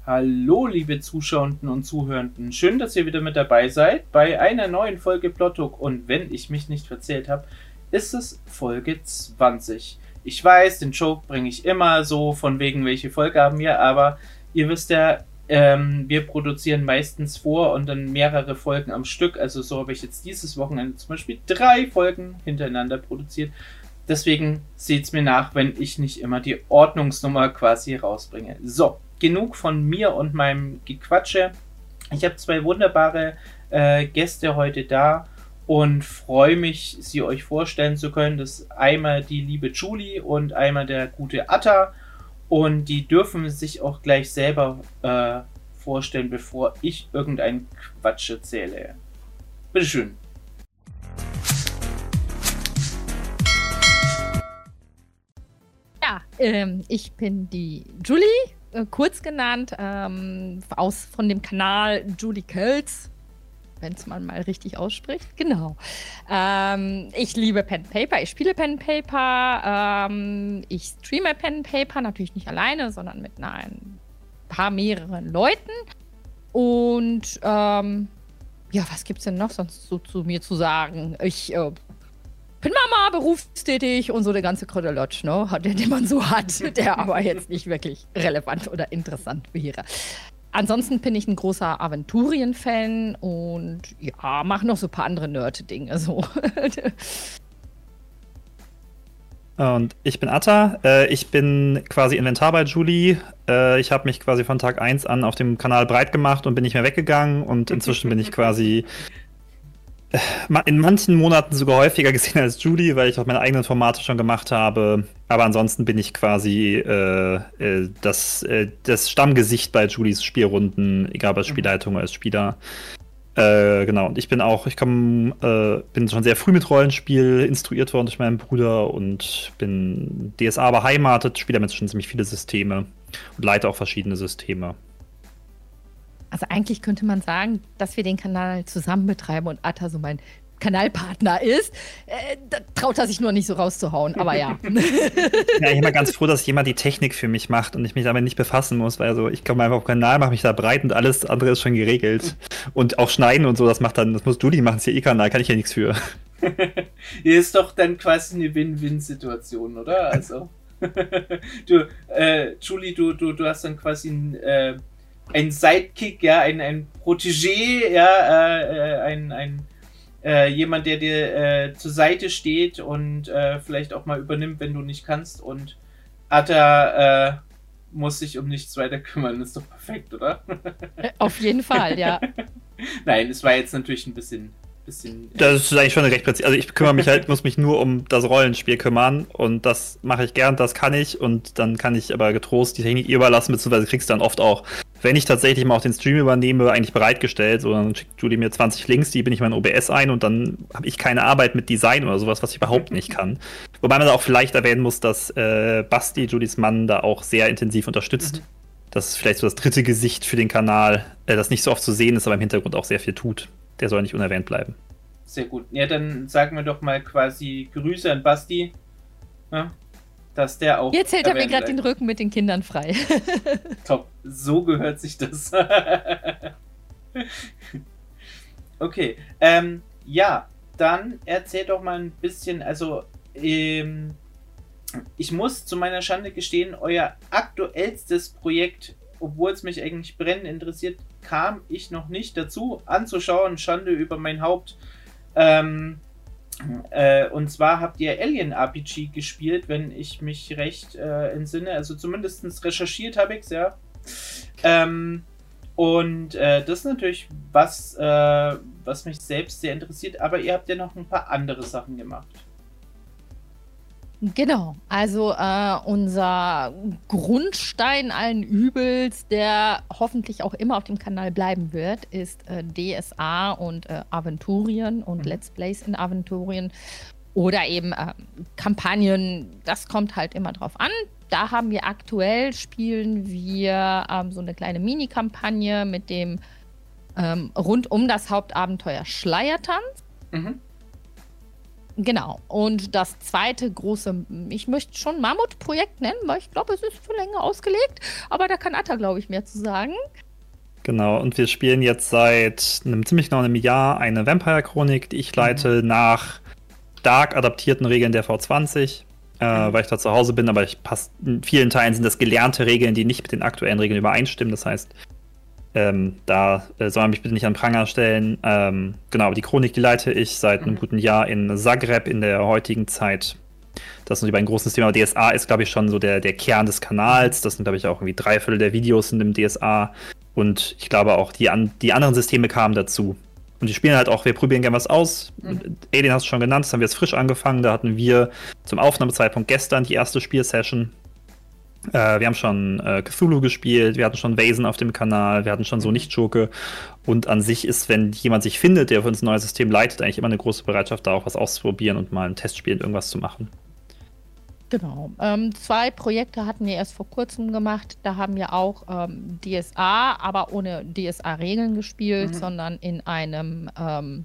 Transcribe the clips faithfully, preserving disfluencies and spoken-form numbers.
Hallo, liebe Zuschauenden und Zuhörenden. Schön, dass ihr wieder mit dabei seid bei einer neuen Folge Plothook. Und wenn ich mich nicht verzählt habe, ist es Folge zwanzig. Ich weiß, den Joke bringe ich immer so, von wegen, welche Folge haben wir, aber ihr wisst ja, ähm, wir produzieren meistens vor und dann mehrere Folgen am Stück. Also so habe ich jetzt dieses Wochenende zum Beispiel drei Folgen hintereinander produziert. Deswegen seht es mir nach, wenn ich nicht immer die Ordnungsnummer quasi rausbringe. So, genug von mir und meinem Gequatsche. Ich habe zwei wunderbare äh, Gäste heute da und freue mich, sie euch vorstellen zu können. Das ist einmal die liebe Julie und einmal der gute Atta. Und die dürfen sich auch gleich selber äh, vorstellen, bevor ich irgendeinen Quatsch erzähle. Bitteschön. Ja, ähm, ich bin die Julie, äh, kurz genannt, ähm, aus, von dem Kanal Julie Kelz, wenn es man mal richtig ausspricht. Genau. Ähm, ich liebe Pen and Paper, ich spiele Pen and Paper, ähm, ich streame Pen and Paper, natürlich nicht alleine, sondern mit na, ein paar mehreren Leuten. Und ähm, ja, was gibt's denn noch sonst so zu mir zu sagen? Ich äh, bin Mama, berufstätig und so der ganze Krödelotsch, ne, den, den man so hat, der aber jetzt nicht wirklich relevant oder interessant wäre. Ansonsten bin ich ein großer Aventurien-Fan und ja, mache noch so ein paar andere Nerd-Dinge. So. Und ich bin Atta. Äh, ich bin quasi Inventar bei Julie. Äh, ich habe mich quasi von Tag eins an auf dem Kanal breit gemacht und bin nicht mehr weggegangen. Und inzwischen bin ich quasi in manchen Monaten sogar häufiger gesehen als Julie, weil ich auch meine eigenen Formate schon gemacht habe. Aber ansonsten bin ich quasi äh, äh, das, äh, das Stammgesicht bei Julies Spielrunden, egal ob als Spielleitung oder als Spieler. Äh, genau, und ich bin auch, ich komm, äh, bin schon sehr früh mit Rollenspiel instruiert worden durch meinen Bruder und bin D S A beheimatet, spiele damit schon ziemlich viele Systeme und leite auch verschiedene Systeme. Also eigentlich könnte man sagen, dass wir den Kanal zusammen betreiben und Atta so mein Kanalpartner ist. Äh, da traut er sich nur nicht so rauszuhauen, aber ja. Ja, ich bin mal ganz froh, dass jemand die Technik für mich macht und ich mich damit nicht befassen muss, weil so, ich komme einfach auf den Kanal, mache mich da breit und alles andere ist schon geregelt. Und auch Schneiden und so, das macht dann, das muss Julie machen, das ist ja eh Kanal, kann ich ja nichts für. Hier ist doch dann quasi eine Win-Win-Situation, oder? Also, du, äh, Julie, du, du, du hast dann quasi ein äh, ein Sidekick, ja, ein, ein Protégé, ja, äh, ein, ein äh, jemand, der dir äh, zur Seite steht und äh, vielleicht auch mal übernimmt, wenn du nicht kannst. Und Atta äh, muss sich um nichts weiter kümmern. Das ist doch perfekt, oder? Auf jeden Fall, ja. Nein, es war jetzt natürlich ein bisschen... Bisschen, das ist eigentlich schon recht präzise. Also ich kümmere mich halt, muss mich nur um das Rollenspiel kümmern und das mache ich gern, das kann ich und dann kann ich aber getrost die Technik ihr überlassen, beziehungsweise kriegst du dann oft auch, wenn ich tatsächlich mal auch den Stream übernehme, eigentlich bereitgestellt, so dann schickt Julie mir zwanzig Links, die bin ich mal in O B S ein und dann habe ich keine Arbeit mit Design oder sowas, was ich überhaupt nicht kann. Wobei man da auch vielleicht erwähnen muss, dass äh, Basti, Julies Mann, da auch sehr intensiv unterstützt. Mhm. Das ist vielleicht so das dritte Gesicht für den Kanal, äh, das nicht so oft zu sehen ist, aber im Hintergrund auch sehr viel tut. Der soll nicht unerwähnt bleiben. Sehr gut. Ja, dann sagen wir doch mal quasi Grüße an Basti, ja, dass der auch... Jetzt hält er mir gerade den Rücken mit den Kindern frei. Top, so gehört sich das. Okay, ähm, ja, dann erzähl doch mal ein bisschen, also, ähm, ich muss zu meiner Schande gestehen, euer aktuellstes Projekt, obwohl es mich eigentlich brennend interessiert, kam ich noch nicht dazu anzuschauen. Schande über mein Haupt. Ähm, äh, und zwar habt ihr Alien R P G gespielt, wenn ich mich recht äh, entsinne. Also zumindest recherchiert habe ich es, ja. Ähm, und äh, das ist natürlich was, äh, was mich selbst sehr interessiert. Aber ihr habt ja noch ein paar andere Sachen gemacht. Genau, also äh, unser Grundstein allen Übels, der hoffentlich auch immer auf dem Kanal bleiben wird, ist äh, D S A und äh, Aventurien und mhm. Let's Plays in Aventurien oder eben äh, Kampagnen, das kommt halt immer drauf an. Da haben wir aktuell, spielen wir ähm, so eine kleine Mini-Kampagne mit dem ähm, rund um das Hauptabenteuer Schleiertanz. Mhm. Genau. Und das zweite große, ich möchte schon Mammutprojekt nennen, weil ich glaube, es ist für länger ausgelegt. Aber da kann Atta, glaube ich, mehr zu sagen. Genau, und wir spielen jetzt seit einem ziemlich genau einem Jahr eine Vampire-Chronik, die ich leite, mhm. nach stark adaptierten Regeln der V zwanzig, äh, mhm. weil ich da zu Hause bin, aber ich pass, in vielen Teilen sind das gelernte Regeln, die nicht mit den aktuellen Regeln übereinstimmen. Das heißt, ähm, da äh, soll man mich bitte nicht an Pranger stellen. Ähm, genau, aber die Chronik, die leite ich seit mhm. einem guten Jahr in Zagreb in der heutigen Zeit. Das ist natürlich ein großes Thema. Aber D S A ist, glaube ich, schon so der, der Kern des Kanals. Das sind, glaube ich, auch irgendwie drei Viertel der Videos in dem D S A. Und ich glaube auch, die, an, die anderen Systeme kamen dazu. Und die spielen halt auch, wir probieren gerne was aus. Mhm. Alien hast du schon genannt, das haben wir jetzt frisch angefangen. Da hatten wir zum Aufnahmezeitpunkt gestern die erste Spielsession. Äh, wir haben schon äh, Cthulhu gespielt, wir hatten schon Vaesen auf dem Kanal, wir hatten schon so Nicht-Joke. Und an sich ist, wenn jemand sich findet, der für uns ein neues System leitet, eigentlich immer eine große Bereitschaft, da auch was auszuprobieren und mal ein Testspiel irgendwas zu machen. Genau. Ähm, zwei Projekte hatten wir erst vor kurzem gemacht. Da haben wir auch ähm, D S A, aber ohne D S A-Regeln gespielt, mhm. sondern in einem, ähm,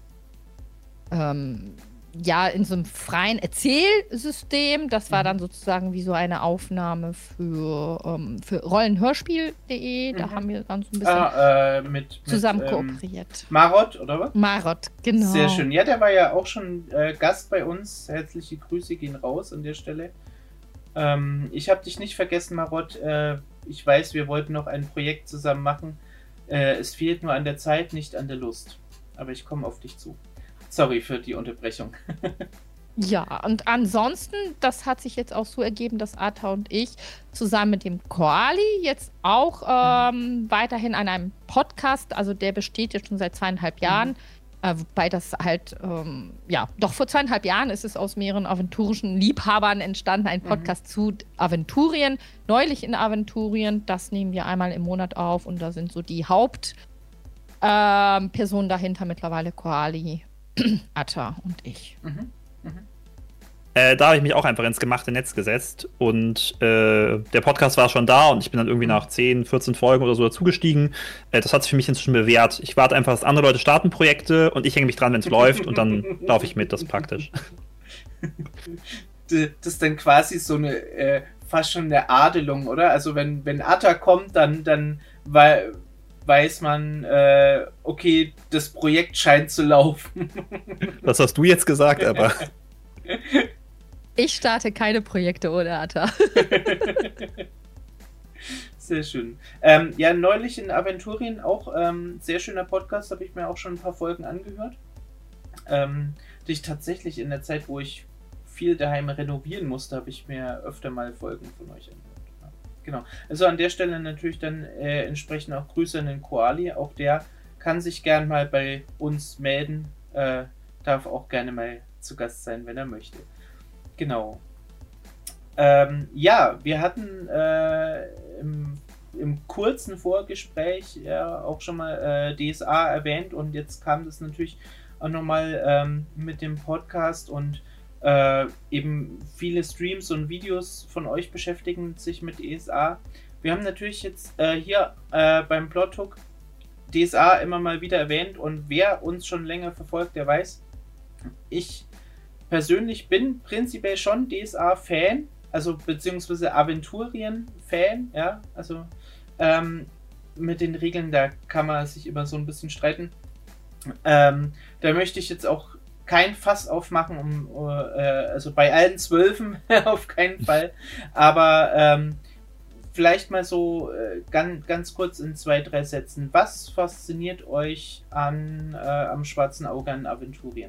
ähm, ja, in so einem freien Erzählsystem. Das war mhm. dann sozusagen wie so eine Aufnahme für, ähm, für rollenhörspiel punkt de. Da mhm. haben wir dann so ein bisschen ah, äh, mit, zusammen mit, kooperiert. Ähm, Marot, oder was? Marot, genau. Sehr schön. Ja, der war ja auch schon äh, Gast bei uns. Herzliche Grüße gehen raus an der Stelle. Ähm, ich habe dich nicht vergessen, Marot. Äh, ich weiß, wir wollten noch ein Projekt zusammen machen. Äh, es fehlt nur an der Zeit, nicht an der Lust. Aber ich komme auf dich zu. Sorry für die Unterbrechung. Ja, und ansonsten, das hat sich jetzt auch so ergeben, dass Atta und ich zusammen mit dem Koali jetzt auch ähm, mhm. weiterhin an einem Podcast, also der besteht jetzt schon seit zweieinhalb Jahren, mhm. äh, wobei das halt, ähm, ja, doch vor zweieinhalb Jahren ist es aus mehreren aventurischen Liebhabern entstanden, ein Podcast mhm. zu Aventurien, neulich in Aventurien, das nehmen wir einmal im Monat auf und da sind so die Hauptpersonen äh, dahinter mittlerweile Koali, Atta und ich. Mhm. Mhm. Äh, da habe ich mich auch einfach ins gemachte Netz gesetzt und äh, der Podcast war schon da und ich bin dann irgendwie nach zehn, vierzehn Folgen oder so dazugestiegen. Äh, das hat sich für mich inzwischen bewährt. Ich warte einfach, dass andere Leute starten Projekte und ich hänge mich dran, wenn es läuft und dann laufe ich mit, das ist praktisch. Das ist dann quasi so eine, äh, fast schon eine Adelung, oder? Also wenn, wenn Atta kommt, dann, dann weil weiß man, äh, okay, das Projekt scheint zu laufen. Das hast du jetzt gesagt, aber... Ich starte keine Projekte ohne Atta. Sehr schön. Ähm, ja, neulich in Aventurien auch ähm, sehr schöner Podcast, habe ich mir auch schon ein paar Folgen angehört. Ähm, die ich tatsächlich in der Zeit, wo ich viel daheim renovieren musste, habe ich mir öfter mal Folgen von euch angehört. Genau. Also an der Stelle natürlich dann äh, entsprechend auch Grüße an den Koali. Auch der kann sich gern mal bei uns melden. Äh, darf auch gerne mal zu Gast sein, wenn er möchte. Genau. Ähm, ja, wir hatten äh, im, im kurzen Vorgespräch ja auch schon mal äh, D S A erwähnt und jetzt kam das natürlich auch nochmal ähm, mit dem Podcast und Äh, eben viele Streams und Videos von euch beschäftigen sich mit D S A. Wir haben natürlich jetzt äh, hier äh, beim Plothook D S A immer mal wieder erwähnt und wer uns schon länger verfolgt, der weiß, ich persönlich bin prinzipiell schon D S A-Fan, also beziehungsweise Aventurien-Fan, ja, also ähm, mit den Regeln, da kann man sich immer so ein bisschen streiten. Ähm, da möchte ich jetzt auch kein Fass aufmachen, um, äh, also bei allen Zwölfen auf keinen Fall, aber ähm, vielleicht mal so äh, ganz, ganz kurz in zwei, drei Sätzen. Was fasziniert euch an, äh, am Schwarzen Auge an Aventurien?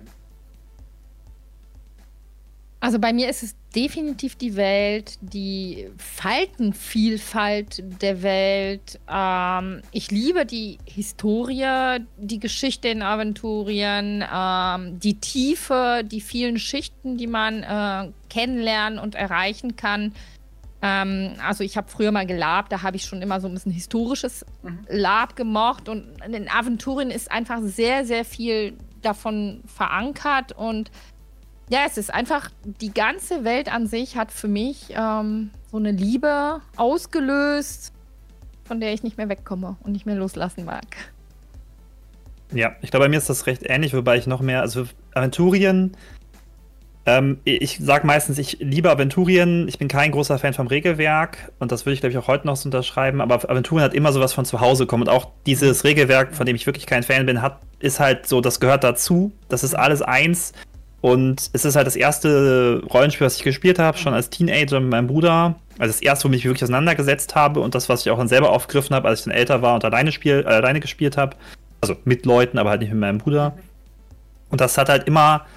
Also bei mir ist es definitiv die Welt, die Faltenvielfalt der Welt. Ähm, ich liebe die Historie, die Geschichte in Aventurien, ähm, die Tiefe, die vielen Schichten, die man äh, kennenlernen und erreichen kann. Ähm, also ich habe früher mal gelabt, da habe ich schon immer so ein bisschen historisches mhm. Lab gemocht. Und in Aventurien ist einfach sehr, sehr viel davon verankert und ja, es ist einfach, die ganze Welt an sich hat für mich ähm, so eine Liebe ausgelöst, von der ich nicht mehr wegkomme und nicht mehr loslassen mag. Ja, ich glaube, bei mir ist das recht ähnlich, wobei ich noch mehr, also Aventurien Ähm, ich sage meistens, ich liebe Aventurien. Ich bin kein großer Fan vom Regelwerk und das würde ich, glaube ich, auch heute noch so unterschreiben. Aber Aventurien hat immer sowas von zu Hause kommen und auch dieses Regelwerk, von dem ich wirklich kein Fan bin, hat, ist halt so, das gehört dazu. Das ist alles eins und es ist halt das erste Rollenspiel, was ich gespielt habe, schon als Teenager mit meinem Bruder. Also das erste, womit ich mich wirklich auseinandergesetzt habe und das, was ich auch dann selber aufgegriffen habe, als ich dann älter war und alleine, spiel, äh, alleine gespielt habe. Also mit Leuten, aber halt nicht mit meinem Bruder. Und das hat halt immer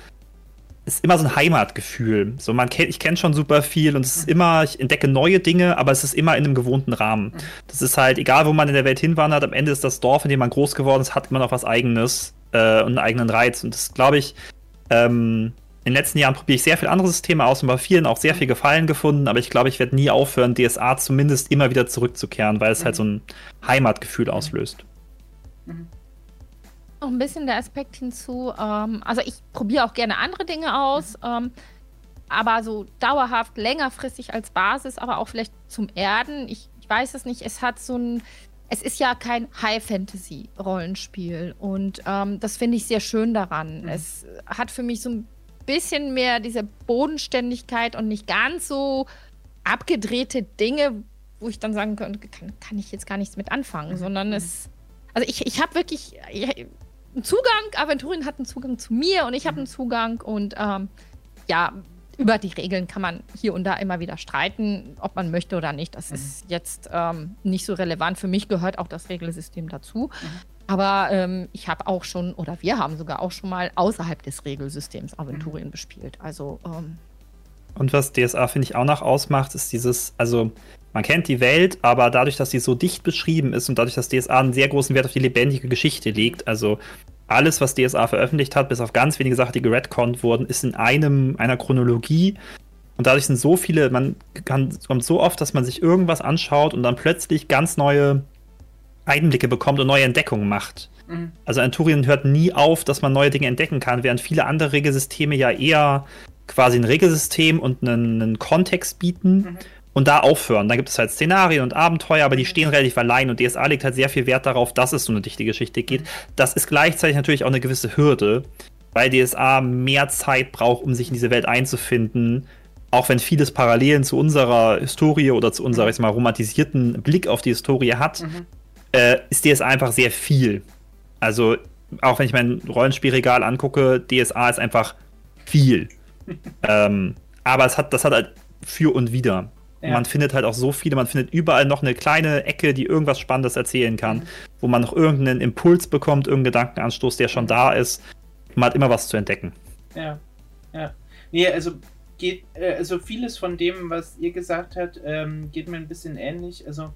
ist immer so ein Heimatgefühl. So, man kennt, ich kenne schon super viel und es ist immer, ich entdecke neue Dinge, aber es ist immer in einem gewohnten Rahmen. Das ist halt, egal wo man in der Welt hinwandert, am Ende ist das Dorf, in dem man groß geworden ist, hat immer noch was Eigenes äh, und einen eigenen Reiz. Und das glaube ich, ähm, in den letzten Jahren probiere ich sehr viele andere Systeme aus und bei vielen auch sehr viel Gefallen gefunden, aber ich glaube, ich werde nie aufhören, D S A zumindest immer wieder zurückzukehren, weil es mhm. halt so ein Heimatgefühl auslöst. Mhm. Noch ein bisschen der Aspekt hinzu. Ähm, also ich probiere auch gerne andere Dinge aus, ähm, aber so dauerhaft, längerfristig als Basis, aber auch vielleicht zum Erden. Ich, ich weiß es nicht. Es hat so ein, es ist ja kein High-Fantasy-Rollenspiel und ähm, das finde ich sehr schön daran. Mhm. Es hat für mich so ein bisschen mehr diese Bodenständigkeit und nicht ganz so abgedrehte Dinge, wo ich dann sagen könnte, kann, kann ich jetzt gar nichts mit anfangen, mhm. sondern es, also ich, ich habe wirklich ich, einen Zugang, Aventurien hat einen Zugang zu mir und ich habe einen Zugang und ähm, ja, über die Regeln kann man hier und da immer wieder streiten, ob man möchte oder nicht. Das mhm. ist jetzt ähm, nicht so relevant. Für mich gehört auch das Regelsystem dazu. Mhm. Aber ähm, ich habe auch schon, oder wir haben sogar auch schon mal außerhalb des Regelsystems Aventurien mhm. bespielt. Also ähm, und was D S A, finde ich, auch noch ausmacht, ist dieses, also man kennt die Welt, aber dadurch, dass sie so dicht beschrieben ist und dadurch, dass D S A einen sehr großen Wert auf die lebendige Geschichte legt, also alles, was D S A veröffentlicht hat, bis auf ganz wenige Sachen, die geredconnt wurden, ist in einem, einer Chronologie und dadurch sind so viele, man kann, kommt so oft, dass man sich irgendwas anschaut und dann plötzlich ganz neue Einblicke bekommt und neue Entdeckungen macht. Mhm. Also Aventurien hört nie auf, dass man neue Dinge entdecken kann, während viele andere Regelsysteme ja eher quasi ein Regelsystem und einen, einen Kontext bieten mhm. und da aufhören. Dann gibt es halt Szenarien und Abenteuer, aber die stehen relativ allein und D S A legt halt sehr viel Wert darauf, dass es so eine dichte Geschichte geht. Das ist gleichzeitig natürlich auch eine gewisse Hürde, weil D S A mehr Zeit braucht, um sich in diese Welt einzufinden, auch wenn vieles Parallelen zu unserer Historie oder zu unserer, ich sag mal, romantisierten Blick auf die Historie hat, mhm. äh, ist D S A einfach sehr viel. Also, auch wenn ich mein Rollenspielregal angucke, D S A ist einfach viel. ähm, aber es hat, das hat halt für und wider. Ja. Man findet halt auch so viele, man findet überall noch eine kleine Ecke, die irgendwas Spannendes erzählen kann, mhm. wo man noch irgendeinen Impuls bekommt, irgendeinen Gedankenanstoß, der schon da ist. Man hat immer was zu entdecken. Ja, ja. Nee, also geht, äh, also vieles von dem, was ihr gesagt habt, ähm, geht mir ein bisschen ähnlich. Also,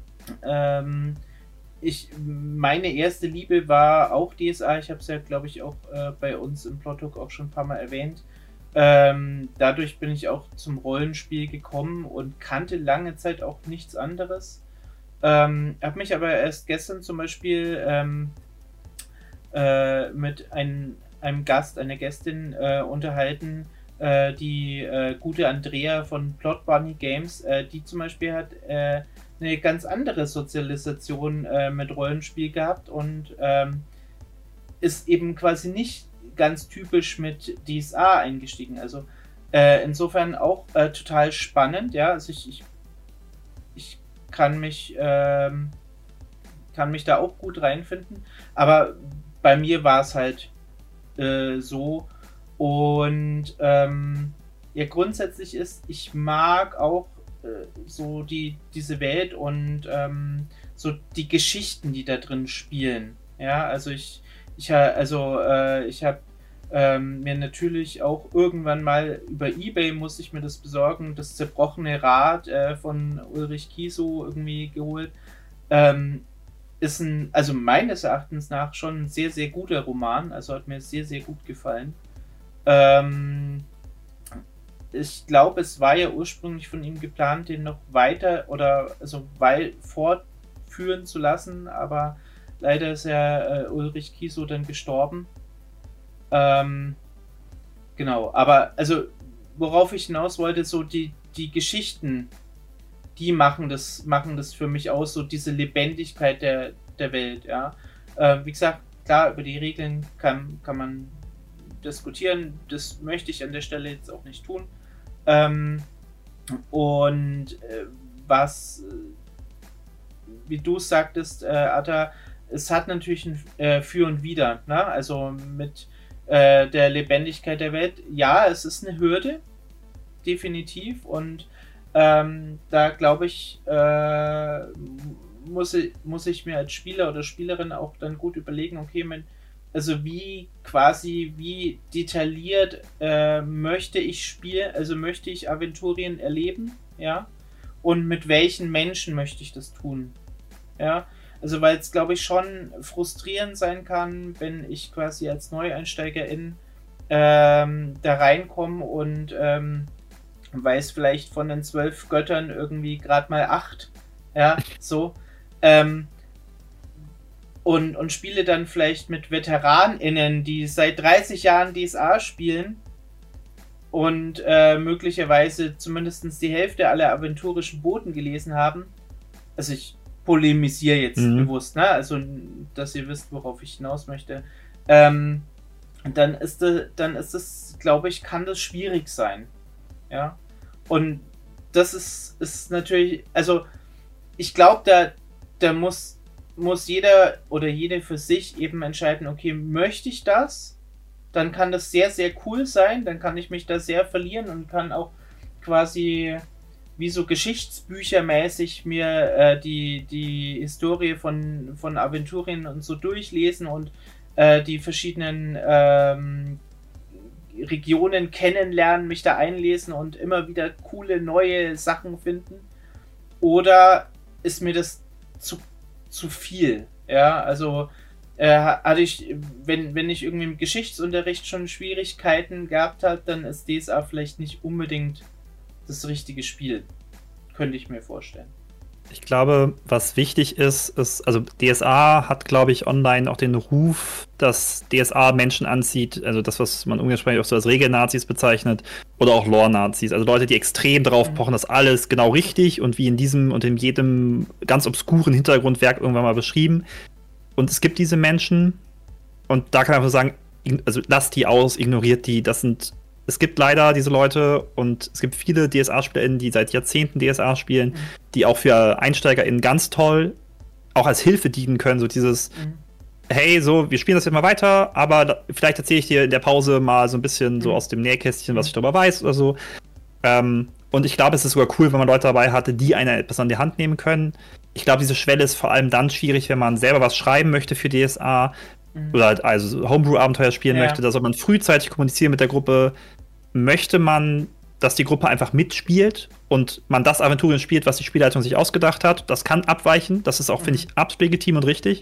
ähm, ich, meine erste Liebe war auch D S A. Ich habe es ja, glaube ich, auch äh, bei uns im Plothook auch schon ein paar Mal erwähnt. Ähm, dadurch bin ich auch zum Rollenspiel gekommen und kannte lange Zeit auch nichts anderes. Ähm, habe mich aber erst gestern zum Beispiel ähm, äh, mit ein, einem Gast, einer Gästin äh, unterhalten, äh, die äh, gute Andrea von Plot Bunny Games, äh, die zum Beispiel hat äh, eine ganz andere Sozialisation äh, mit Rollenspiel gehabt und ähm, ist eben quasi nicht ganz typisch mit D S A eingestiegen. Also äh, insofern auch äh, total spannend, ja. Also ich, ich, ich kann mich ähm, kann mich da auch gut reinfinden. Aber bei mir war es halt äh, so. Und ähm, ja, grundsätzlich ist, ich mag auch äh, so die, diese Welt und ähm, so die Geschichten, die da drin spielen. Ja, also ich Ich, also, äh, ich habe ähm, mir natürlich auch irgendwann mal über eBay musste ich mir das besorgen, das zerbrochene Rad äh, von Ulrich Kiesow irgendwie geholt. Ähm, ist ein, also meines Erachtens nach schon ein sehr, sehr guter Roman, also hat mir sehr, sehr gut gefallen. Ähm, ich glaube, es war ja ursprünglich von ihm geplant, den noch weiter oder also weil fortführen zu lassen, aber leider ist ja äh, Ulrich Kiesow dann gestorben. Ähm, genau, aber also worauf ich hinaus wollte, so die, die Geschichten, die machen das, machen das für mich aus, so diese Lebendigkeit der, der Welt, ja. Äh, wie gesagt, klar, über die Regeln kann, kann man diskutieren. Das möchte ich an der Stelle jetzt auch nicht tun. Ähm, und äh, was, äh, wie du sagtest, äh, Atta, es hat natürlich ein äh, Für und Wider. Ne? Also mit äh, der Lebendigkeit der Welt. Ja, es ist eine Hürde, definitiv. Und ähm, da glaube ich, äh, muss ich, muss ich mir als Spieler oder Spielerin auch dann gut überlegen, okay, mein, also wie quasi, wie detailliert äh, möchte ich spielen, also möchte ich Aventurien erleben, ja, und mit welchen Menschen möchte ich das tun, ja, also weil es, glaube ich, schon frustrierend sein kann, wenn ich quasi als Neueinsteigerin ähm, da reinkomme und ähm, weiß vielleicht von den zwölf Göttern irgendwie gerade mal acht, ja, so, ähm, und, und spiele dann vielleicht mit VeteranInnen, die seit dreißig Jahren D S A spielen und äh, möglicherweise zumindest die Hälfte aller aventurischen Boten gelesen haben. Also ich polemisiere jetzt mhm. bewusst, ne? Also, dass ihr wisst, worauf ich hinaus möchte. Ähm, dann ist das, dann ist das, glaube ich, kann das schwierig sein. Ja. Und das ist, ist natürlich, also ich glaube, da, da muss muss jeder oder jede für sich eben entscheiden, okay, möchte ich das? Dann kann das sehr, sehr cool sein, dann kann ich mich da sehr verlieren und kann auch quasi wie so geschichtsbüchermäßig mir äh, die, die Historie von, von Aventurien und so durchlesen und äh, die verschiedenen ähm, Regionen kennenlernen, mich da einlesen und immer wieder coole neue Sachen finden. Oder ist mir das zu zu viel, ja, also äh, hatte ich, wenn, wenn ich irgendwie im Geschichtsunterricht schon Schwierigkeiten gehabt habe, dann ist D S A vielleicht nicht unbedingt das richtige Spiel, könnte ich mir vorstellen. Ich glaube, was wichtig ist, ist, also D S A hat, glaube ich, online auch den Ruf, dass D S A Menschen anzieht, also das, was man umgangssprachlich auch so als Regel-Nazis bezeichnet, oder auch Lore-Nazis, also Leute, die extrem drauf pochen, dass alles genau richtig und wie in diesem und in jedem ganz obskuren Hintergrundwerk irgendwann mal beschrieben. Und es gibt diese Menschen und da kann man einfach sagen, also lasst die aus, ignoriert die, das sind Es gibt leider diese Leute und es gibt viele D S A-SpielerInnen, die seit Jahrzehnten D S A spielen, mhm. die auch für EinsteigerInnen ganz toll auch als Hilfe dienen können. So dieses, mhm. hey, so, wir spielen das jetzt mal weiter, aber da, vielleicht erzähle ich dir in der Pause mal so ein bisschen mhm. so aus dem Nähkästchen, was ich darüber weiß oder so. Ähm, und ich glaube, es ist sogar cool, wenn man Leute dabei hatte, die einer etwas an die Hand nehmen können. Ich glaube, diese Schwelle ist vor allem dann schwierig, wenn man selber was schreiben möchte für D S A mhm. oder halt also Homebrew-Abenteuer spielen ja. möchte. Da soll man frühzeitig kommunizieren mit der Gruppe. Möchte man, dass die Gruppe einfach mitspielt und man das Aventurien spielt, was die Spielleitung sich ausgedacht hat? Das kann abweichen. Das ist auch, mhm. finde ich, absolut legitim und richtig.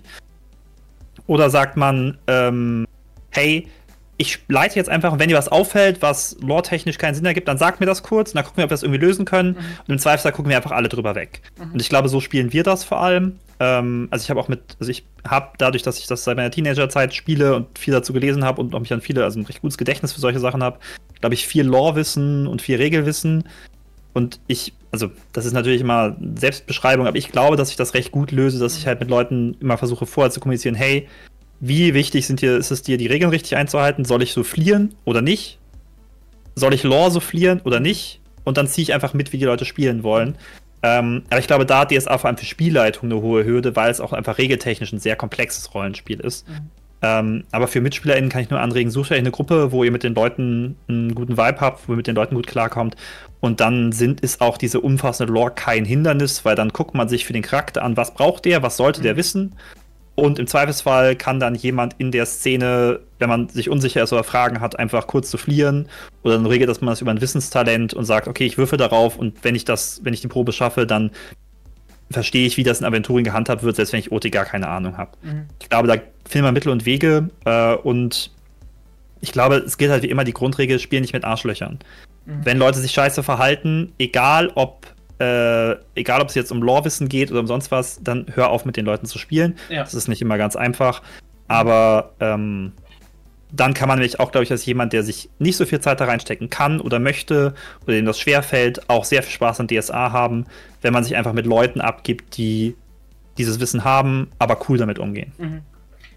Oder sagt man, ähm, hey, ich leite jetzt einfach, und wenn dir was auffällt, was lore-technisch keinen Sinn ergibt, dann sagt mir das kurz und dann gucken wir, ob wir das irgendwie lösen können. Mhm. Und im Zweifelsfall gucken wir einfach alle drüber weg. Mhm. Und ich glaube, so spielen wir das vor allem. Ähm, also ich habe auch mit, also ich habe dadurch, dass ich das seit meiner Teenagerzeit spiele und viel dazu gelesen habe und auch mich an viele, also ein recht gutes Gedächtnis für solche Sachen habe, glaube ich, viel Lore-Wissen und viel Regelwissen. Und ich, also das ist natürlich immer Selbstbeschreibung, aber ich glaube, dass ich das recht gut löse, dass ich halt mit Leuten immer versuche vorher zu kommunizieren, hey, wie wichtig sind dir, ist es dir, die Regeln richtig einzuhalten? Soll ich soufflieren oder nicht? Soll ich Lore soufflieren oder nicht? Und dann ziehe ich einfach mit, wie die Leute spielen wollen. Ähm, aber ich glaube, da hat D S A vor allem für Spielleitung eine hohe Hürde, weil es auch einfach regeltechnisch ein sehr komplexes Rollenspiel ist. Mhm. Ähm, aber für MitspielerInnen kann ich nur anregen, sucht euch eine Gruppe, wo ihr mit den Leuten einen guten Vibe habt, wo ihr mit den Leuten gut klarkommt. Und dann sind, ist auch diese umfassende Lore kein Hindernis, weil dann guckt man sich für den Charakter an, was braucht der, was sollte mhm. der wissen. Und im Zweifelsfall kann dann jemand in der Szene, wenn man sich unsicher ist oder Fragen hat, einfach kurz zu fliehen. Oder dann regelt das man das über ein Wissenstalent und sagt, okay, ich würfe darauf und wenn ich das, wenn ich die Probe schaffe, dann verstehe ich, wie das in Aventurien gehandhabt wird, selbst wenn ich O T gar keine Ahnung habe. Mhm. Ich glaube, da finden wir Mittel und Wege äh, und ich glaube, es gilt halt wie immer die Grundregel, spiel nicht mit Arschlöchern. Mhm. Wenn Leute sich scheiße verhalten, egal ob Äh, egal, ob es jetzt um Lore-Wissen geht oder um sonst was, dann hör auf, mit den Leuten zu spielen. Ja. Das ist nicht immer ganz einfach. Aber ähm, dann kann man nämlich auch, glaube ich, als jemand, der sich nicht so viel Zeit da reinstecken kann oder möchte oder dem das schwerfällt, auch sehr viel Spaß an D S A haben, wenn man sich einfach mit Leuten abgibt, die dieses Wissen haben, aber cool damit umgehen. Mhm.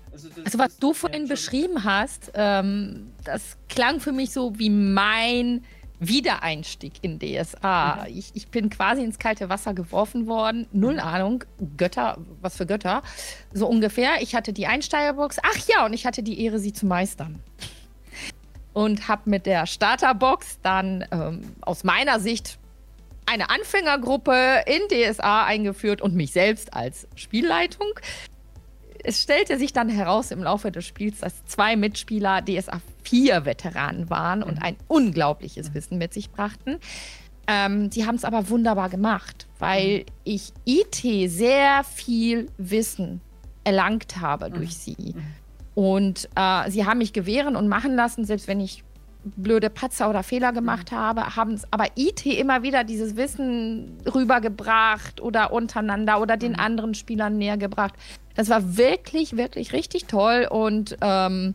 Also, das, Also was das, du vorhin ja, beschrieben hast, ähm, das klang für mich so wie mein Wiedereinstieg in D S A. Mhm. Ich, ich bin quasi ins kalte Wasser geworfen worden. Null Mhm. Ahnung, Götter, was für Götter. So ungefähr. Ich hatte die Einsteigerbox. Ach ja, und ich hatte die Ehre, sie zu meistern. Und habe mit der Starterbox dann ähm, aus meiner Sicht eine Anfängergruppe in D S A eingeführt und mich selbst als Spielleitung. Es stellte sich dann heraus im Laufe des Spiels, dass zwei Mitspieler D S A vier Veteranen waren und ein unglaubliches Wissen mit sich brachten. Ähm, sie haben es aber wunderbar gemacht, weil ich I T sehr viel Wissen erlangt habe durch sie. Und äh, sie haben mich gewähren und machen lassen, selbst wenn ich blöde Patzer oder Fehler gemacht habe, haben es aber I T immer wieder dieses Wissen rübergebracht oder untereinander oder den anderen Spielern näher gebracht. Das war wirklich, wirklich richtig toll und ähm,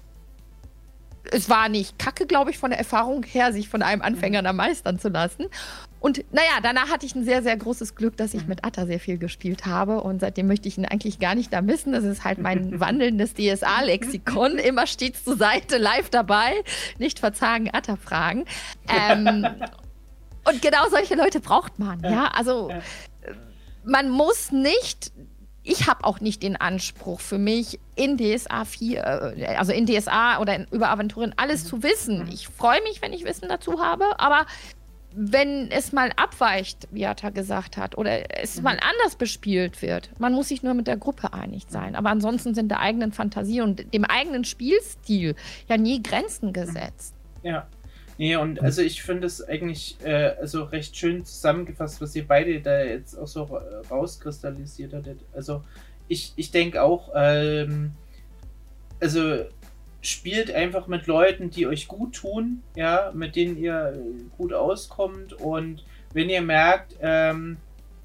es war nicht kacke, glaube ich, von der Erfahrung her, sich von einem Anfänger da meistern zu lassen. Und naja, danach hatte ich ein sehr, sehr großes Glück, dass ich mit Atta sehr viel gespielt habe und seitdem möchte ich ihn eigentlich gar nicht da missen. Das ist halt mein wandelndes D S A-Lexikon. Immer stets zur Seite, live dabei. Nicht verzagen, Atta fragen. Ähm, und genau solche Leute braucht man. Ja, also man muss nicht... Ich habe auch nicht den Anspruch für mich, in D S A vier, also in D S A oder in, über Aventurien alles zu wissen. Ich freue mich, wenn ich Wissen dazu habe, aber wenn es mal abweicht, wie Atta gesagt hat, oder es mal anders bespielt wird, man muss sich nur mit der Gruppe einig sein. Aber ansonsten sind der eigenen Fantasie und dem eigenen Spielstil ja nie Grenzen gesetzt. Ja. Nee, und also ich finde es eigentlich äh, also recht schön zusammengefasst, was ihr beide da jetzt auch so rauskristallisiert hattet. Also ich, ich denke auch, ähm, also spielt einfach mit Leuten, die euch gut tun, ja, mit denen ihr gut auskommt und wenn ihr merkt, ähm,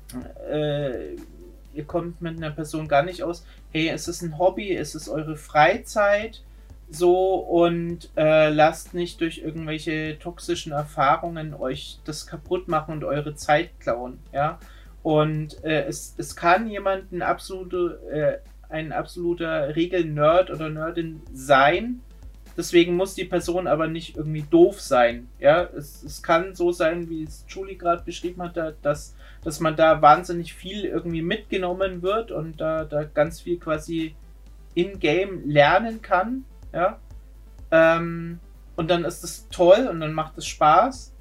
äh, ihr kommt mit einer Person gar nicht aus, hey, es ist ein Hobby, es ist eure Freizeit, so und äh, lasst nicht durch irgendwelche toxischen Erfahrungen euch das kaputt machen und eure Zeit klauen, ja. Und äh, es, es kann jemand ein, absolute, äh, ein absoluter Regel-Nerd oder Nerdin sein, deswegen muss die Person aber nicht irgendwie doof sein, ja. Es, es kann so sein, wie es Julie gerade beschrieben hat, dass, dass man da wahnsinnig viel irgendwie mitgenommen wird und da, da ganz viel quasi in-game lernen kann. Ja, ähm, und dann ist es toll und dann macht es Spaß.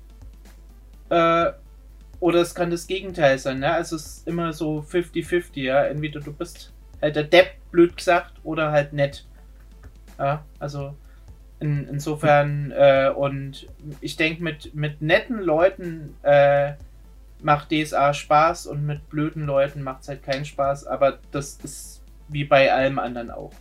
Äh, oder es kann das Gegenteil sein, ne? Also es ist immer so fifty fifty, ja. Entweder du bist halt der Depp, blöd gesagt, oder halt nett. Ja, also in, insofern, äh, und ich denke, mit, mit netten Leuten äh, macht D S A Spaß und mit blöden Leuten macht es halt keinen Spaß, aber das ist wie bei allem anderen auch.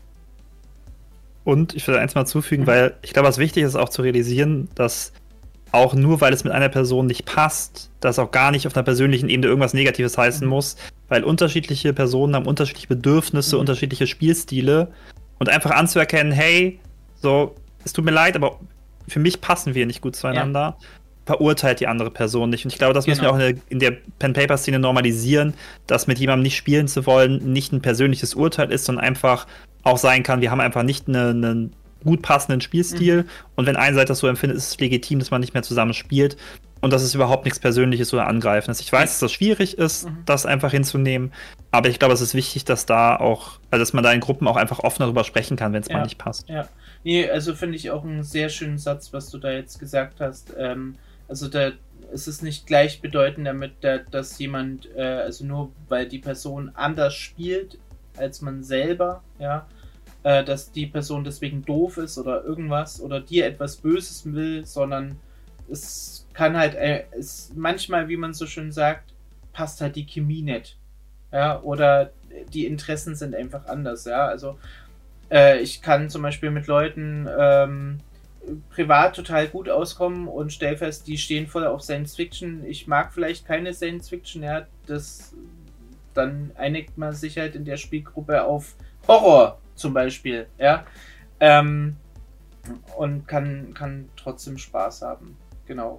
Und ich will eins mal zufügen, weil ich glaube, was wichtig ist auch zu realisieren, dass auch nur, weil es mit einer Person nicht passt, das auch gar nicht auf einer persönlichen Ebene irgendwas Negatives heißen mhm. muss, weil unterschiedliche Personen haben unterschiedliche Bedürfnisse, mhm. unterschiedliche Spielstile und einfach anzuerkennen, hey, so, es tut mir leid, aber für mich passen wir nicht gut zueinander, ja. verurteilt die andere Person nicht. Und ich glaube, das genau. müssen wir auch in der, in der Pen-Paper-Szene normalisieren, dass mit jemandem nicht spielen zu wollen nicht ein persönliches Urteil ist, sondern einfach auch sein kann, wir haben einfach nicht einen eine gut passenden Spielstil mhm. und wenn eine Seite das so empfindet, ist es legitim, dass man nicht mehr zusammen spielt und das ist überhaupt nichts Persönliches oder Angreifendes. Ich weiß, dass das schwierig ist, mhm. das einfach hinzunehmen, aber ich glaube, es ist wichtig, dass da auch, also dass man da in Gruppen auch einfach offen darüber sprechen kann, wenn es ja. mal nicht passt. Ja, nee, also finde ich auch einen sehr schönen Satz, was du da jetzt gesagt hast. Ähm, also da ist es nicht gleichbedeutend damit, dass jemand, äh, also nur weil die Person anders spielt, als man selber, ja, äh, dass die Person deswegen doof ist oder irgendwas oder dir etwas Böses will, sondern es kann halt, äh, es manchmal, wie man so schön sagt, passt halt die Chemie nicht, ja, oder die Interessen sind einfach anders, ja, also äh, ich kann zum Beispiel mit Leuten ähm, privat total gut auskommen und stell fest, die stehen voll auf Science Fiction, ich mag vielleicht keine Science Fiction, ja, das dann einigt man sich halt in der Spielgruppe auf Horror zum Beispiel, ja, ähm, und kann, kann trotzdem Spaß haben, genau.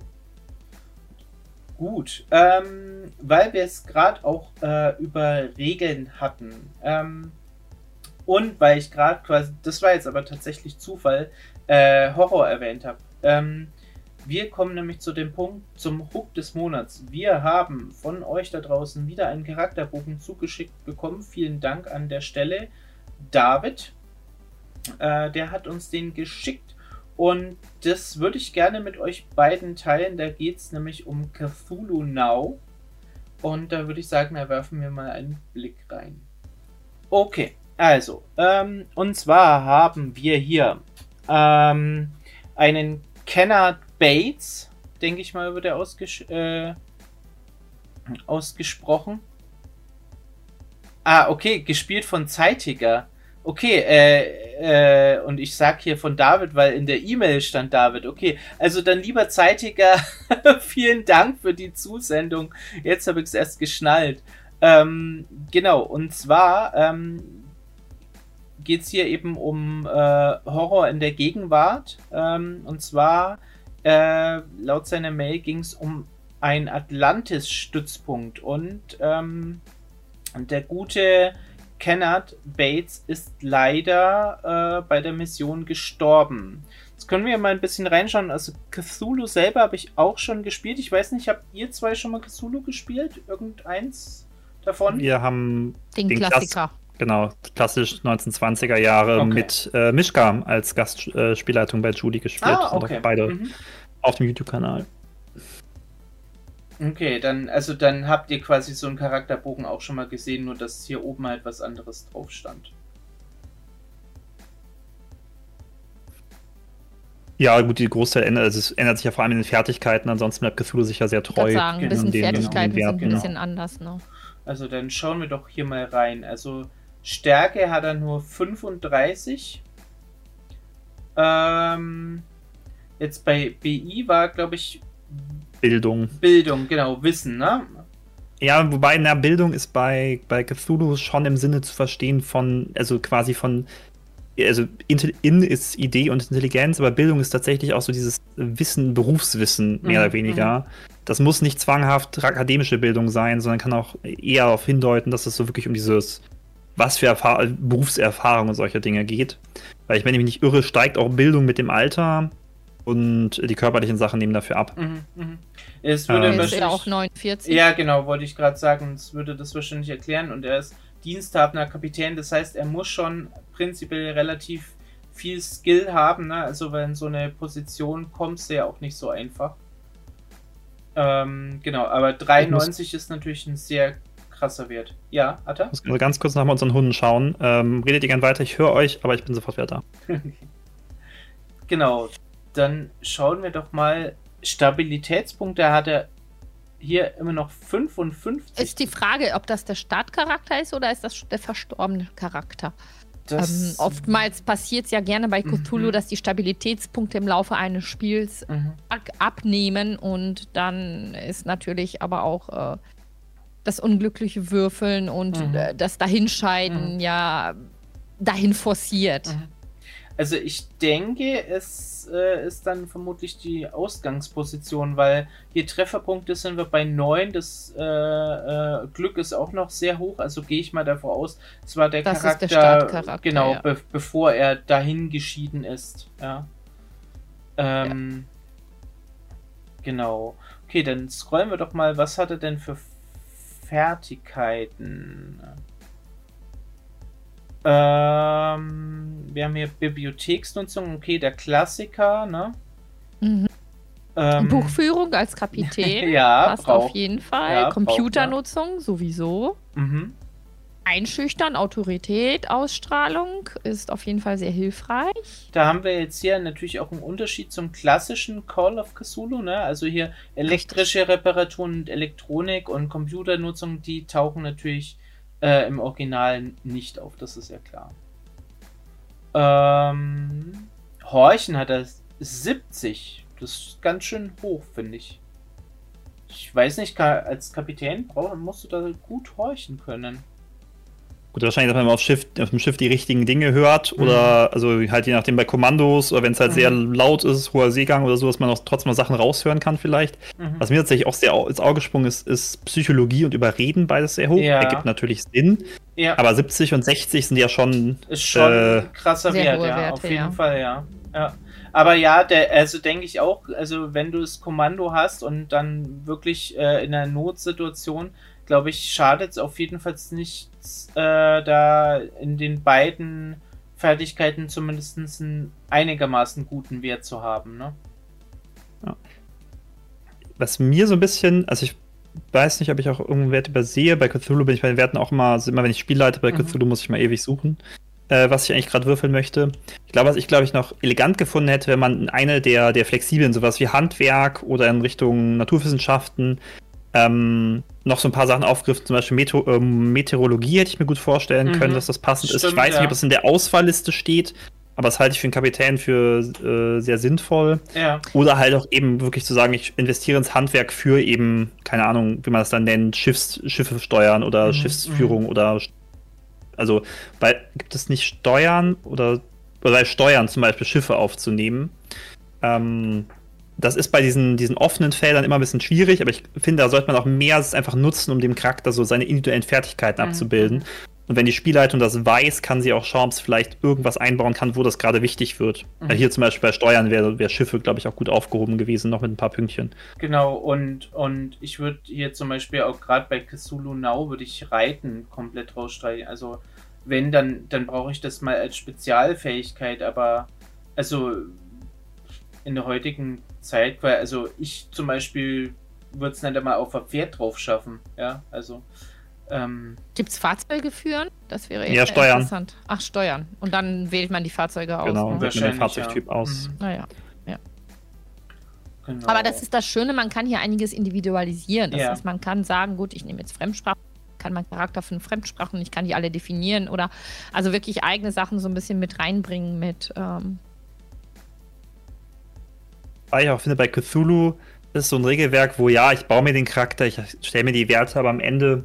Gut, ähm, weil wir es gerade auch äh, über Regeln hatten, ähm, Und weil ich gerade quasi, das war jetzt aber tatsächlich Zufall, äh, Horror erwähnt habe. Ähm, wir kommen nämlich zu dem Punkt, zum Hook des Monats. Wir haben von euch da draußen wieder einen Charakterbogen zugeschickt bekommen. Vielen Dank an der Stelle. David, äh, der hat uns den geschickt. Und das würde ich gerne mit euch beiden teilen. Da geht es nämlich um Cthulhu Now. Und da würde ich sagen, da werfen wir mal einen Blick rein. Okay, also, ähm, und zwar haben wir hier ähm, einen Kennard Bates, denke ich mal, wird er ausges äh, ausgesprochen. Ah, okay, gespielt von Zeitiger. Okay, äh, äh, und ich sag hier von David, weil in der E-Mail stand David. Okay, also dann lieber Zeitiger, vielen Dank für die Zusendung. Jetzt habe ich es erst geschnallt. Ähm, genau, und zwar ähm, geht es hier eben um äh, Horror in der Gegenwart. Ähm, und zwar, äh, laut seiner Mail ging es um einen Atlantis-Stützpunkt. Und ähm, der gute Kennard Bates ist leider äh, bei der Mission gestorben. Jetzt können wir mal ein bisschen reinschauen. Also Cthulhu selber habe ich auch schon gespielt. Ich weiß nicht, habt ihr zwei schon mal Cthulhu gespielt? Irgendeins davon? Wir haben Den, den Klassiker. Klass genau, klassisch neunzehnhundertzwanziger Jahre Okay. mit äh, Mischka als Gastspielleitung äh, bei Judy gespielt. Ah, okay. Und auch beide Mhm. auf dem YouTube-Kanal. Okay, dann, also dann habt ihr quasi so einen Charakterbogen auch schon mal gesehen, nur dass hier oben halt was anderes drauf stand. Ja, gut, die Großteil ändert, also es ändert sich ja vor allem in den Fertigkeiten, ansonsten bleibt Cthulhu sicher sehr Ich treu. würde sagen, ein Genau, bisschen den- Fertigkeiten den Wert, sind ein genau. bisschen anders, ne? Also dann schauen wir doch hier mal rein. Also Stärke hat er nur fünfunddreißig. Ähm, jetzt bei B I war, glaube ich, Bildung. Bildung, genau, Wissen, ne? Ja, wobei, na, Bildung ist bei, bei Cthulhu schon im Sinne zu verstehen von, also quasi von, also Intel- In ist Idee und Intelligenz, aber Bildung ist tatsächlich auch so dieses Wissen, Berufswissen, mehr Mhm, oder weniger. Das muss nicht zwanghaft akademische Bildung sein, sondern kann auch eher darauf hindeuten, dass es so wirklich um dieses, was für Erfahr Berufserfahrung und solche Dinge geht. Weil ich, wenn ich mich nicht irre, steigt auch Bildung mit dem Alter und die körperlichen Sachen nehmen dafür ab. Mhm, mhm. Es würde Ähm, Er ist wahrscheinlich... ja auch neunundvierzig. Ja, genau, wollte ich gerade sagen. Es würde das wahrscheinlich erklären. Und er ist diensthabender Kapitän. Das heißt, er muss schon prinzipiell relativ viel Skill haben. Ne? Also, weil in so eine Position kommst du ja auch nicht so einfach. Ähm, genau, aber dreiundneunzig ist natürlich ein sehr krasser Wert. Ja, Atta? Ich muss also ganz kurz nach unseren Hunden schauen. Ähm, redet ihr gern weiter, ich höre euch, aber ich bin sofort wieder da. Genau, dann schauen wir doch mal. Stabilitätspunkte hat er hier immer noch fünfundfünfzig. Ist die Frage, ob das der Startcharakter ist oder ist das der verstorbene Charakter? Das, Ähm, oftmals passiert es ja gerne bei Cthulhu, Mhm. dass die Stabilitätspunkte im Laufe eines Spiels Mhm. arg abnehmen und dann ist natürlich aber auch äh, das unglückliche Würfeln und Mhm. äh, das Dahinscheiden Mhm. ja dahin forciert. Mhm. Also ich denke, es äh, ist dann vermutlich die Ausgangsposition, weil hier Trefferpunkte sind wir bei neun, das äh, äh, Glück ist auch noch sehr hoch, also gehe ich mal davon aus, es war der Das ist Charakter, der Startcharakter, genau, ja. be bevor er dahin geschieden ist. Ja. Ähm, Genau. Okay, dann scrollen wir doch mal, was hat er denn für Fertigkeiten? Ähm, wir haben hier Bibliotheksnutzung, okay, der Klassiker, ne? Mhm. Ähm, Buchführung als Kapitän ja, passt braucht- auf jeden Fall. ja, braucht, Computernutzung sowieso. Mhm. Einschüchtern, Autorität, Ausstrahlung ist auf jeden Fall sehr hilfreich. Da haben wir jetzt hier natürlich auch einen Unterschied zum klassischen Call of Cthulhu, ne? Also hier elektrische Reparaturen und Elektronik und Computernutzung, die tauchen natürlich äh, im Original nicht auf, das ist ja klar. Ähm, Horchen hat er siebzig. Das ist ganz schön hoch, finde ich. Ich weiß nicht, Ka- als Kapitän brauch, musst du da gut horchen können. Gut, wahrscheinlich, dass man auf, Schiff, auf dem Schiff die richtigen Dinge hört Mhm. oder also halt je nachdem bei Kommandos oder wenn es halt Mhm. sehr laut ist, hoher Seegang oder so, dass man auch trotzdem mal Sachen raushören kann vielleicht. Mhm. Was mir tatsächlich auch sehr au- ins Auge gesprungen ist, ist Psychologie und Überreden, beides sehr hoch. Ja. Ergibt natürlich Sinn. Ja. Aber siebzig und sechzig sind ja schon... Ist schon äh, ein krasser sehr Wert, hohe ja, Werte, auf jeden ja. Fall, ja. ja. Aber ja, der, also denke ich auch, also wenn du das Kommando hast und dann wirklich äh, in einer Notsituation, glaube ich, schadet es auf jeden Fall nichts, äh, da in den beiden Fertigkeiten zumindest einen einigermaßen guten Wert zu haben, ne? Ja. Was mir so ein bisschen, also ich weiß nicht, ob ich auch irgendeinen Wert übersehe. Bei Cthulhu bin ich bei den Werten auch immer, also immer wenn ich Spiel leite, bei mhm. Cthulhu muss ich mal ewig suchen, äh, was ich eigentlich gerade würfeln möchte. Ich glaube, was ich, glaube ich, noch elegant gefunden hätte, wenn man eine der, der flexiblen, sowas wie Handwerk oder in Richtung Naturwissenschaften, ähm, noch so ein paar Sachen aufgriffen, zum Beispiel Meteor ähm, Meteorologie hätte ich mir gut vorstellen mhm. können, dass das passend Stimmt, ist. Ich weiß ja. nicht, ob das in der Auswahlliste steht, aber das halte ich für einen Kapitän für äh, sehr sinnvoll. Ja. Oder halt auch eben wirklich zu sagen, ich investiere ins Handwerk für eben, keine Ahnung, wie man das dann nennt, Schiffs, Schiffe steuern oder mhm. Schiffsführung mhm. oder also, weil gibt es nicht Steuern oder, oder bei Steuern zum Beispiel Schiffe aufzunehmen. Ähm, das ist bei diesen, diesen offenen Feldern immer ein bisschen schwierig, aber ich finde, da sollte man auch mehr es einfach nutzen, um dem Charakter so seine individuellen Fertigkeiten mhm. abzubilden. Und wenn die Spielleitung das weiß, kann sie auch schauen, ob es vielleicht irgendwas einbauen kann, wo das gerade wichtig wird. Mhm. Weil hier zum Beispiel bei Steuern wäre wär Schiffe, glaube ich, auch gut aufgehoben gewesen, noch mit ein paar Pünktchen. Genau, und, und ich würde hier zum Beispiel auch gerade bei Cthulhu Now würde ich Reiten komplett rausstreichen. Also wenn, dann, dann brauche ich das mal als Spezialfähigkeit, aber also in der heutigen Zeit, weil also ich zum Beispiel würde es nicht einmal auf ein Pferd drauf schaffen, ja, also ähm, gibt es Fahrzeuge führen? Das wäre ja, Steuern. interessant. Ach, Steuern. Und dann wählt man die Fahrzeuge aus. Genau, ne? wählt man den Fahrzeugtyp ja. aus. Mhm. Naja, ja. Genau. Aber das ist das Schöne, man kann hier einiges individualisieren. Das ja. heißt, man kann sagen, gut, ich nehme jetzt Fremdsprache, kann meinen Charakter für eine Fremdsprache und ich kann die alle definieren oder also wirklich eigene Sachen so ein bisschen mit reinbringen mit ähm Weil ich auch finde, bei Cthulhu ist so ein Regelwerk, wo ja, ich baue mir den Charakter, ich stelle mir die Werte, aber am Ende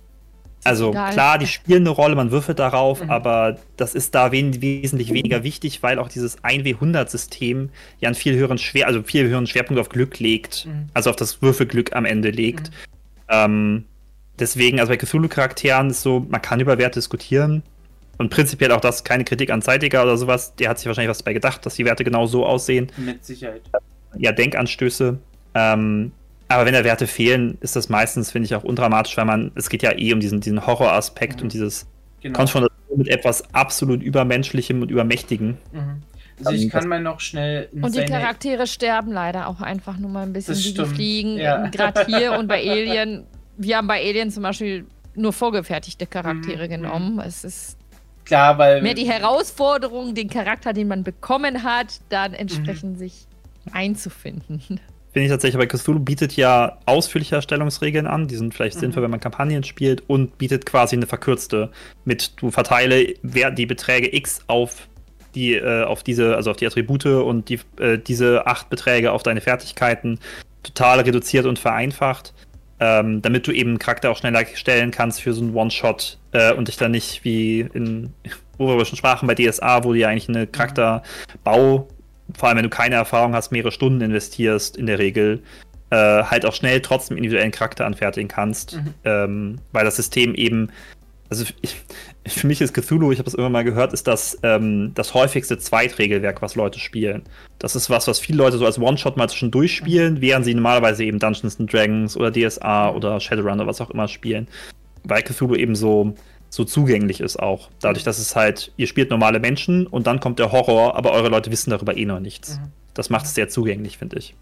also egal. Klar, die spielen eine Rolle, man würfelt darauf, mhm. aber das ist da wen wesentlich weniger wichtig, weil auch dieses eins W hundert-System ja einen viel höheren Schwer, also viel höheren Schwerpunkt auf Glück legt, mhm. also auf das Würfelglück am Ende legt. Mhm. Ähm, deswegen, also bei Cthulhu-Charakteren ist so, man kann über Werte diskutieren und prinzipiell auch das, keine Kritik an Zeitiger oder sowas, der hat sich wahrscheinlich was dabei gedacht, dass die Werte genau so aussehen. Mit Sicherheit. Ja, Denkanstöße. Ähm, Aber wenn da Werte fehlen, ist das meistens, finde ich, auch undramatisch, weil man, es geht ja eh um diesen, diesen Horroraspekt mhm. und dieses genau. Konfrontation mit etwas absolut Übermenschlichem und Übermächtigen. Mhm. Also ich kann mal noch schnell... In und die seine... Charaktere sterben leider auch einfach nur mal ein bisschen, das wie stimmt. die fliegen. Ja. Gerade hier und bei Alien, wir haben bei Alien zum Beispiel nur vorgefertigte Charaktere mhm. genommen. Es ist klar, weil mehr die Herausforderung, den Charakter, den man bekommen hat, dann entsprechend mhm. sich einzufinden. Finde ich tatsächlich, aber Cthulhu bietet ja ausführliche Erstellungsregeln an, die sind vielleicht mhm. sinnvoll, wenn man Kampagnen spielt, und bietet quasi eine verkürzte mit, du verteile die Beträge X auf die, äh, auf diese, also auf die Attribute und die, äh, diese acht Beträge auf deine Fertigkeiten, total reduziert und vereinfacht, ähm, damit du eben einen Charakter auch schneller stellen kannst für so einen One-Shot äh, und dich dann nicht wie in, wo wir schon sprachen, bei D S A, wo du ja eigentlich eine Charakterbau, vor allem wenn du keine Erfahrung hast, mehrere Stunden investierst in der Regel, äh, halt auch schnell trotzdem individuellen Charakter anfertigen kannst, mhm. ähm, weil das System eben, also ich, für mich ist Cthulhu, ich habe das immer mal gehört, ist das ähm, das häufigste Zweitregelwerk, was Leute spielen. Das ist was, was viele Leute so als One-Shot mal zwischendurch spielen, mhm. während sie normalerweise eben Dungeons and Dragons oder D S A oder Shadowrun oder was auch immer spielen, weil Cthulhu eben so so zugänglich ist auch. Dadurch, dass es halt, ihr spielt normale Menschen und dann kommt der Horror, aber eure Leute wissen darüber eh noch nichts. Mhm. Das macht es sehr zugänglich, finde ich.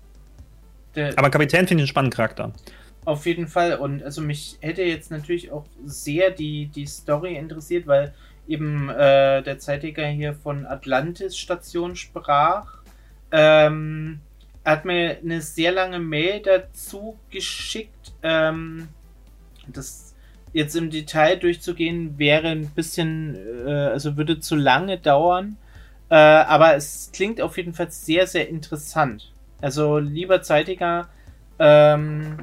Der aber Kapitän finde ich einen spannenden Charakter. Auf jeden Fall. Und also mich hätte jetzt natürlich auch sehr die, die Story interessiert, weil eben äh, der Zeitiger hier von Atlantis-Station sprach. Ähm, er hat mir eine sehr lange Mail dazu geschickt. Ähm, das jetzt im Detail durchzugehen, wäre ein bisschen, äh, also würde zu lange dauern, äh, aber es klingt auf jeden Fall sehr, sehr interessant. Also, lieber Zeitiger, ähm,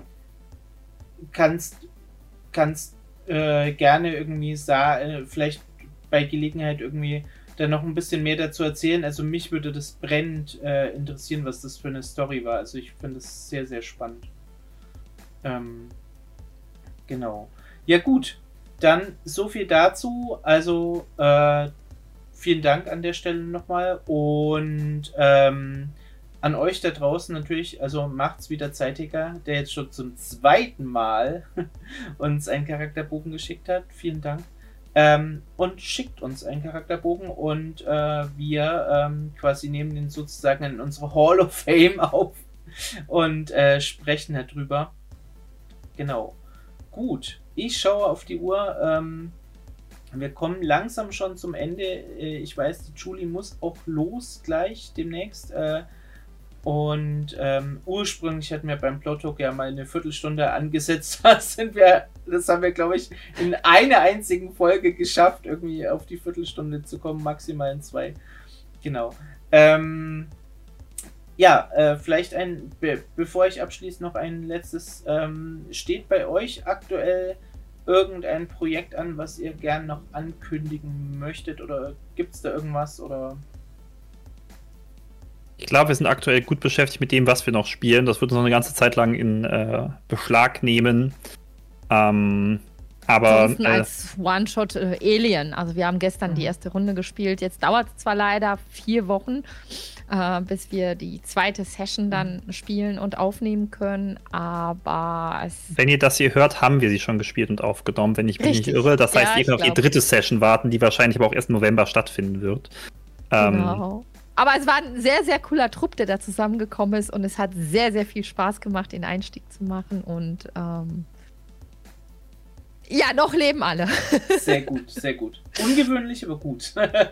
kannst, kannst äh, gerne irgendwie sagen, vielleicht bei Gelegenheit irgendwie da noch ein bisschen mehr dazu erzählen. Also, mich würde das brennend äh, interessieren, was das für eine Story war. Also, ich finde es sehr, sehr spannend. Ähm, genau. Ja gut, dann so viel dazu. Also äh, vielen Dank an der Stelle nochmal und ähm, an euch da draußen natürlich, also macht's wieder zeitiger, der jetzt schon zum zweiten Mal uns einen Charakterbogen geschickt hat. Vielen Dank. Ähm, und schickt uns einen Charakterbogen und äh, wir ähm, quasi nehmen den sozusagen in unsere Hall of Fame auf und äh, sprechen darüber. Genau. Gut. Ich schaue auf die Uhr. Ähm, wir kommen langsam schon zum Ende. Äh, ich weiß, die Julie muss auch los gleich demnächst. Äh, Und ähm, ursprünglich hatten wir beim Plottalk ja mal eine Viertelstunde angesetzt. Das sind wir, das haben wir, glaube ich, in einer einzigen Folge geschafft, irgendwie auf die Viertelstunde zu kommen, maximal in zwei. Genau. Ähm, ja, äh, vielleicht ein, be bevor ich abschließe, noch ein letztes. Ähm, steht bei euch aktuell irgendein Projekt an, was ihr gern noch ankündigen möchtet? Oder gibt es da irgendwas? Oder... Ich glaube, wir sind aktuell gut beschäftigt mit dem, was wir noch spielen. Das wird uns noch eine ganze Zeit lang in äh, Beschlag nehmen. Ähm, aber äh, als One-Shot äh, Alien. Also wir haben gestern mhm. die erste Runde gespielt. Jetzt dauert es zwar leider vier Wochen, äh, bis wir die zweite Session dann mhm. spielen und aufnehmen können, aber es... Wenn ihr das hier hört, haben wir sie schon gespielt und aufgenommen, wenn ich mich nicht irre. Das heißt, ja, ihr könnt auf die dritte Session warten, die wahrscheinlich aber auch erst im November stattfinden wird. Genau. Ähm, Aber es war ein sehr, sehr cooler Trupp, der da zusammengekommen ist und es hat sehr, sehr viel Spaß gemacht, den Einstieg zu machen und ähm, ja, noch leben alle. Sehr gut, sehr gut. Ungewöhnlich, aber gut.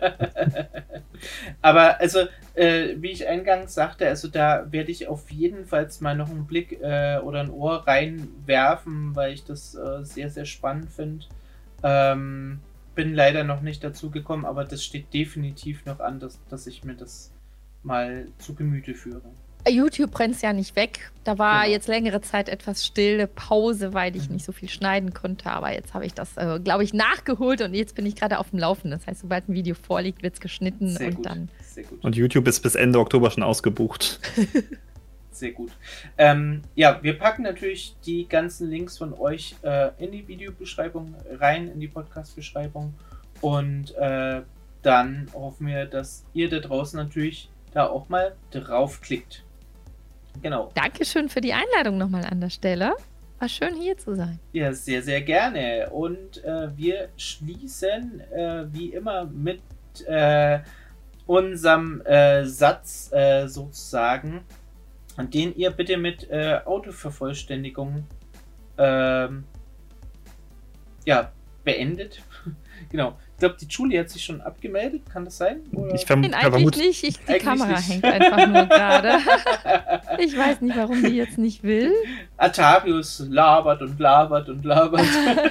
Aber also, äh, wie ich eingangs sagte, also da werde ich auf jeden Fall mal noch einen Blick äh, oder ein Ohr reinwerfen, weil ich das äh, sehr, sehr spannend finde. Ähm, bin leider noch nicht dazu gekommen, aber das steht definitiv noch an, dass, dass ich mir das mal zu Gemüte führe. YouTube brennt ja nicht weg. Da war Genau. jetzt längere Zeit etwas stille Pause, weil ich mhm. nicht so viel schneiden konnte. Aber jetzt habe ich das, äh, glaube ich, nachgeholt und jetzt bin ich gerade auf dem Laufen. Das heißt, sobald ein Video vorliegt, wird es geschnitten Sehr und gut. dann. Sehr gut. Und YouTube ist bis Ende Oktober schon ausgebucht. Sehr gut. Ähm, ja, wir packen natürlich die ganzen Links von euch äh, in die Videobeschreibung rein, in die Podcast-Beschreibung. Und äh, dann hoffen wir, dass ihr da draußen natürlich da auch mal draufklickt. Genau. Dankeschön für die Einladung nochmal an der Stelle. War schön, hier zu sein. Ja, sehr, sehr gerne. Und äh, wir schließen äh, wie immer mit äh, unserem äh, Satz äh, sozusagen, den ihr bitte mit äh, Autovervollständigung ähm, ja, beendet. Genau. Ich glaube, die Julie hat sich schon abgemeldet. Kann das sein? Oder? Ich verm Nein, eigentlich vermute nicht. Ich, die eigentlich Kamera nicht. hängt einfach nur gerade. Ich weiß nicht, warum die jetzt nicht will. Atarius labert und labert und labert.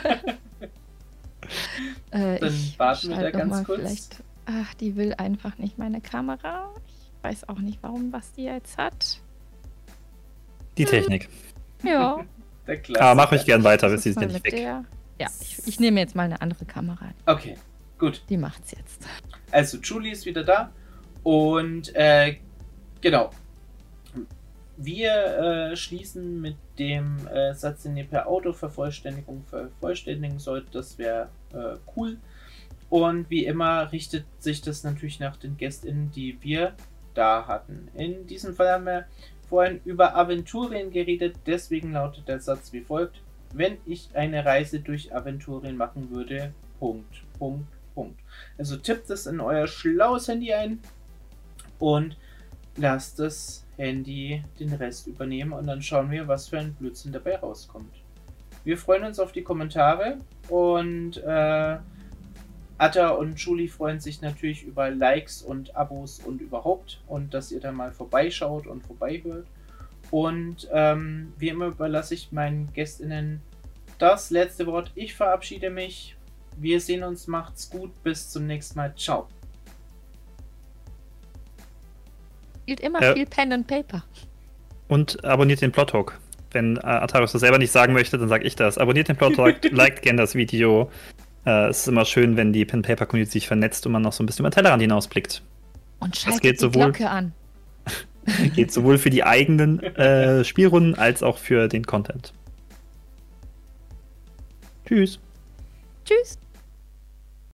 äh, Dann ich warten wir da schalte noch ganz mal kurz. Vielleicht. Ach, die will einfach nicht meine Kamera. Ich weiß auch nicht, warum, was die jetzt hat. Die Technik. Ja. Der Klassiker. Aber mache ich gern weiter, bis sie ist Mal nicht mit weg. der- Ja, ich, ich nehme jetzt mal eine andere Kamera. Okay, gut. Die macht's jetzt. Also, Julie ist wieder da. Und, äh, genau. Wir äh, schließen mit dem äh, Satz, den ihr per Autovervollständigung vervollständigen sollt. Das wäre äh, cool. Und wie immer richtet sich das natürlich nach den GästInnen, die wir da hatten. In diesem Fall haben wir vorhin über Aventurien geredet. Deswegen lautet der Satz wie folgt. Wenn ich eine Reise durch Aventurien machen würde, Punkt, Punkt, Punkt. Also tippt es in euer schlaues Handy ein und lasst das Handy den Rest übernehmen und dann schauen wir, was für ein Blödsinn dabei rauskommt. Wir freuen uns auf die Kommentare und äh, Atta und Julie freuen sich natürlich über Likes und Abos und überhaupt und dass ihr da mal vorbeischaut und vorbeihört. Und ähm, wie immer überlasse ich meinen GästInnen das letzte Wort. Ich verabschiede mich. Wir sehen uns. Macht's gut. Bis zum nächsten Mal. Ciao. Spielt immer Ja. viel Pen and Paper. Und abonniert den Plottalk. Wenn äh, Atarius das selber nicht sagen möchte, dann sage ich das. Abonniert den Plottalk, liked gerne das Video. Äh, es ist immer schön, wenn die Pen-Paper-Community sich vernetzt und man noch so ein bisschen über den Tellerrand hinausblickt. Und Das schaltet geht die sowohl- Glocke an. Geht sowohl für die eigenen äh, Spielrunden als auch für den Content. Tschüss. Tschüss.